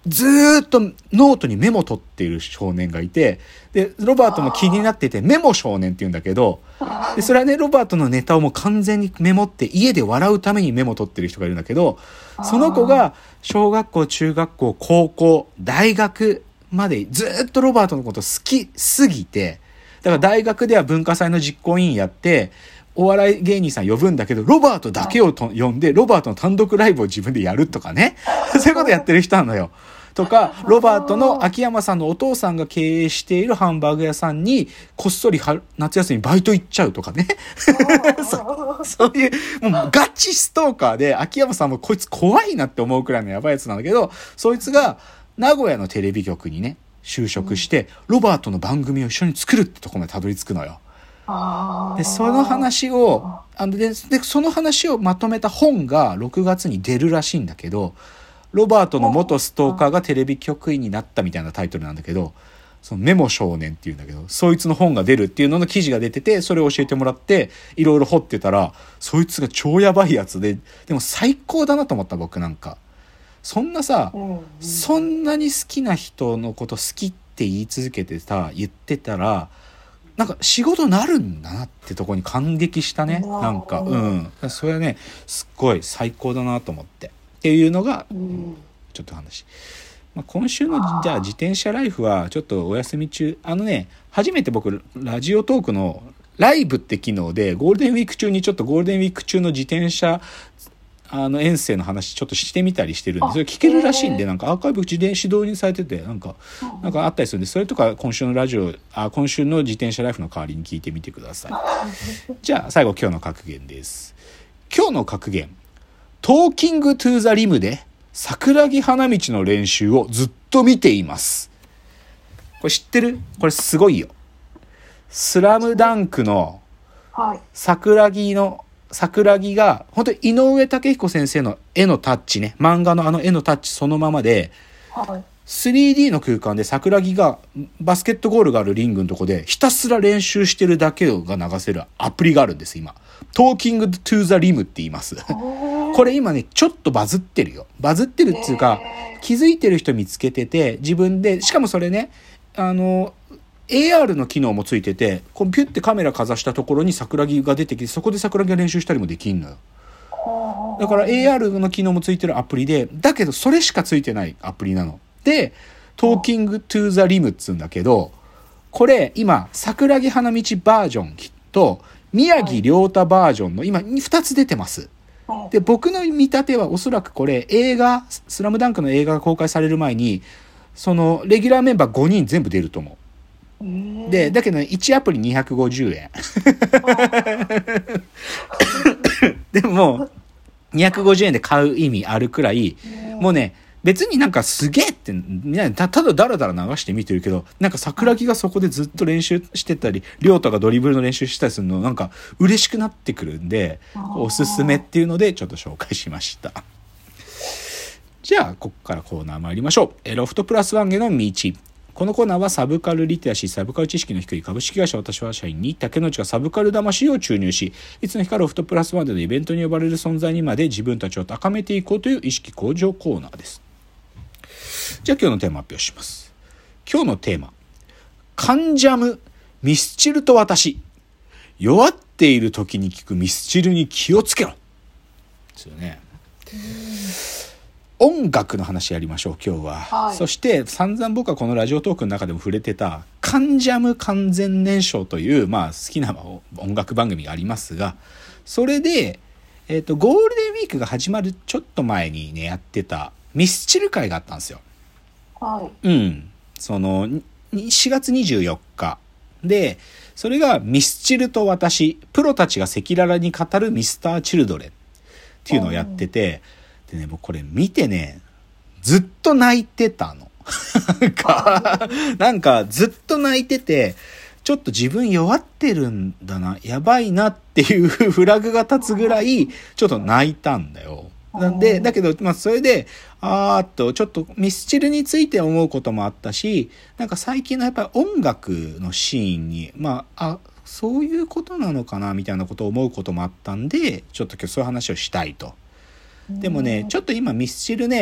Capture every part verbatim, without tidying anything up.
ずーっとノートにメモ取っている少年がいて、で、ロバートも気になっててメモ少年って言うんだけど、で、それはね、ロバートのネタをもう完全にメモって家で笑うためにメモ取ってる人がいるんだけど、その子が小学校、中学校、高校、大学までずーっとロバートのこと好きすぎて、だから大学では文化祭の実行委員やって、お笑い芸人さん呼ぶんだけど、ロバートだけをと呼んで、ロバートの単独ライブを自分でやるとかね。そういうことやってる人なのよ。とか、ロバートの秋山さんのお父さんが経営しているハンバーグ屋さんに、こっそり夏休みバイト行っちゃうとかね。そ, そういう、もうガチストーカーで、秋山さんもこいつ怖いなって思うくらいのやばいやつなんだけど、そいつが名古屋のテレビ局にね、就職して、ロバートの番組を一緒に作るってところまでたどり着くのよ。で、その話を、あので、で、その話をまとめた本がろくがつに出るらしいんだけど、ロバートの元ストーカーがテレビ局員になったみたいなタイトルなんだけど、そのメモ少年っていうんだけど、そいつの本が出るっていうのの記事が出てて、それを教えてもらって、いろいろ掘ってたら、そいつが超やばいやつで、でも最高だなと思った僕なんか。そんなさ、そんなに好きな人のこと好きって言い続けてさ、言ってたら、なんか仕事なるんだなってとこに感激したね。なんか、うん。それはね、すっごい最高だなと思って。っていうのが、ちょっと話。まあ、今週の、じゃあ自転車ライフはちょっとお休み中、あのね、初めて僕、ラジオトークのライブって機能で、ゴールデンウィーク中にちょっとゴールデンウィーク中の自転車、あの遠征の話ちょっとしてみたりしてるんで、それ聞けるらしいんで、なんかアーカイブ自転指導にされてて、なんかなんかあったりするんで、それとか今週のラジオ、あ今週の自転車ライフの代わりに聞いてみてください。じゃあ最後今日の格言です。今日の格言、トーキングトゥーザリムで桜木花道の練習をずっと見ています。これ知ってる？これすごいよ。スラムダンクの桜木の桜木が本当に井上武彦先生の絵のタッチね、漫画のあの絵のタッチそのままで、はい、スリーディー の空間で桜木がバスケットゴールがあるリングのとこでひたすら練習してるだけが流せるアプリがあるんです今。トーキングトゥーザリムって言いますこれ今ねちょっとバズってるよ。バズってるっていうか気づいてる人見つけてて、自分でしかもそれね、あのエーアール の機能もついてて、こうピュッてカメラかざしたところに桜木が出てきて、そこで桜木が練習したりもできんのよ。だから エーアール の機能もついてるアプリで、だけどそれしかついてないアプリなので、トーキングトゥーザリムっつうんだけど、これ今桜木花道バージョンと宮城亮太バージョンの今ふたつ出てます。で、僕の見立てはおそらくこれ映画スラムダンクの映画が公開される前に、そのレギュラーメンバーごにん全部出ると思う。で、だけどね、いちアプリにひゃくごじゅうえん。でも、にひゃくごじゅうえんで買う意味あるくらい、もうね、別になんかすげえって、たただダラダラ流して見てるけど、なんか桜木がそこでずっと練習してたり、亮太がドリブルの練習したりするの、なんか嬉しくなってくるんで、おすすめっていうのでちょっと紹介しました。じゃあ、ここからコーナー参りましょう。ロフトプラスワンへの道。このコーナーはサブカルリテラシー、サブカル知識の低い株式会社私は社員に竹之内がサブカル魂を注入し、いつの日かロフトプラスワンでのイベントに呼ばれる存在にまで自分たちを高めていこうという意識向上コーナーです。じゃあ今日のテーマ発表します。今日のテーマ、カンジャム、ミスチルと私。弱っている時に聞くミスチルに気をつけろ。ですよね。音楽の話やりましょう今日は、はい、そして散々僕はこのラジオトークの中でも触れてたカンジャム完全燃焼という、まあ、好きな音楽番組がありますが、それで、えーと、ゴールデンウィークが始まるちょっと前にねやってたミスチル会があったんですよ、はい、うんそのしがつにじゅうよっかで、それがミスチルと私プロたちが赤裸々に語るミスターチルドレンっていうのをやってて、でね、僕これ見てね、ずっと泣いてたの。なんか、なんかずっと泣いてて、ちょっと自分弱ってるんだな、やばいなっていうフラグが立つぐらい、ちょっと泣いたんだよ。なんで、だけど、まあそれで、あーっと、ちょっとミスチルについて思うこともあったし、なんか最近のやっぱり音楽のシーンに、まあ、あ、そういうことなのかな、みたいなことを思うこともあったんで、ちょっと今日そういう話をしたいと。でもね、ちょっと今ミスチルね、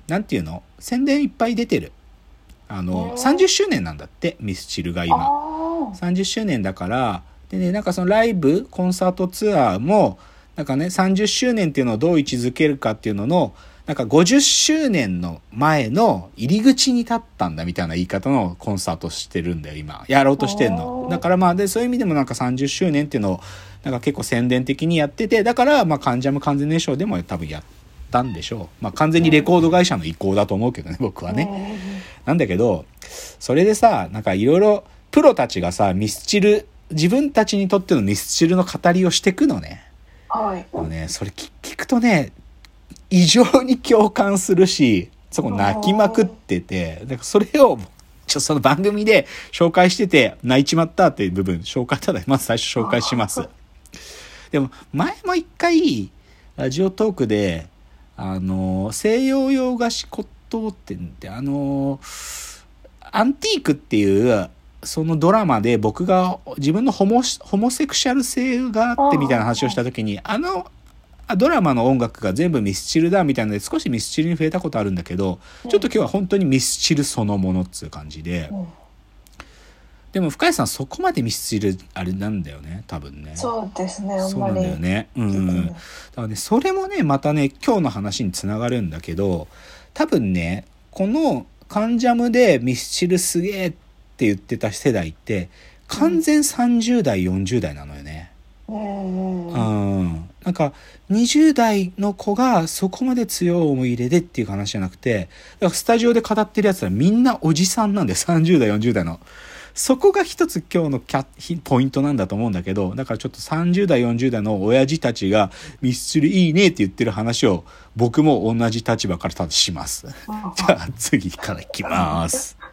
なんていうの、宣伝いっぱい出てる。あのさんじゅっしゅうねんなんだってミスチルが今さんじゅっしゅうねんだから。でね、なんかそのライブコンサートツアーもなんかねさんじゅっしゅうねんっていうのをどう位置づけるかっていうののなんかごじゅっしゅうねんの前の入り口に立ったんだみたいな言い方のコンサートしてるんだよ今やろうとしてんの。だからまあでそういう意味でもなんかさんじゅっしゅうねんっていうのをなんか結構宣伝的にやってて、だからまあ関ジャム完全燃焼でも多分やったんでしょう。まあ完全にレコード会社の意向だと思うけどね僕はね。なんだけどそれでさなんかいろいろプロたちがさミスチル自分たちにとってのミスチルの語りをしてくのね。 はい。 もうねそれ聞くとね異常に共感するしそこ泣きまくってて、だからそれをちょその番組で紹介してて泣いちまったっていう部分紹介ただまず最初紹介します。でも前も一回ラジオトークであの西洋洋菓子骨董店ってあのアンティークっていうそのドラマで僕が自分のホモ、ホモセクシャル性があってみたいな話をした時にあのドラマの音楽が全部ミスチルだみたいなので少しミスチルに触れたことあるんだけど、ちょっと今日は本当にミスチルそのものっつう感じで、でも深谷さんそこまでミスチルあれなんだよね多分ね。 そうですね、あんそうまりなんだよね。うん。だからねそれもねまたね今日の話につながるんだけど、多分ねこのカンジャムでミスチルすげえって言ってた世代って完全さんじゅう代よんじゅう代なのよね。 うん、 うん、なんかにじゅう代の子がそこまで強い思い入れでっていう話じゃなくて、だからスタジオで語ってるやつはみんなおじさんなんでさんじゅう代よんじゅう代のそこが一つ今日のキャポイントなんだと思うんだけど、だからちょっとさんじゅう代よんじゅう代の親父たちがミスチルいいねって言ってる話を僕も同じ立場からします。じゃあ次からいきます。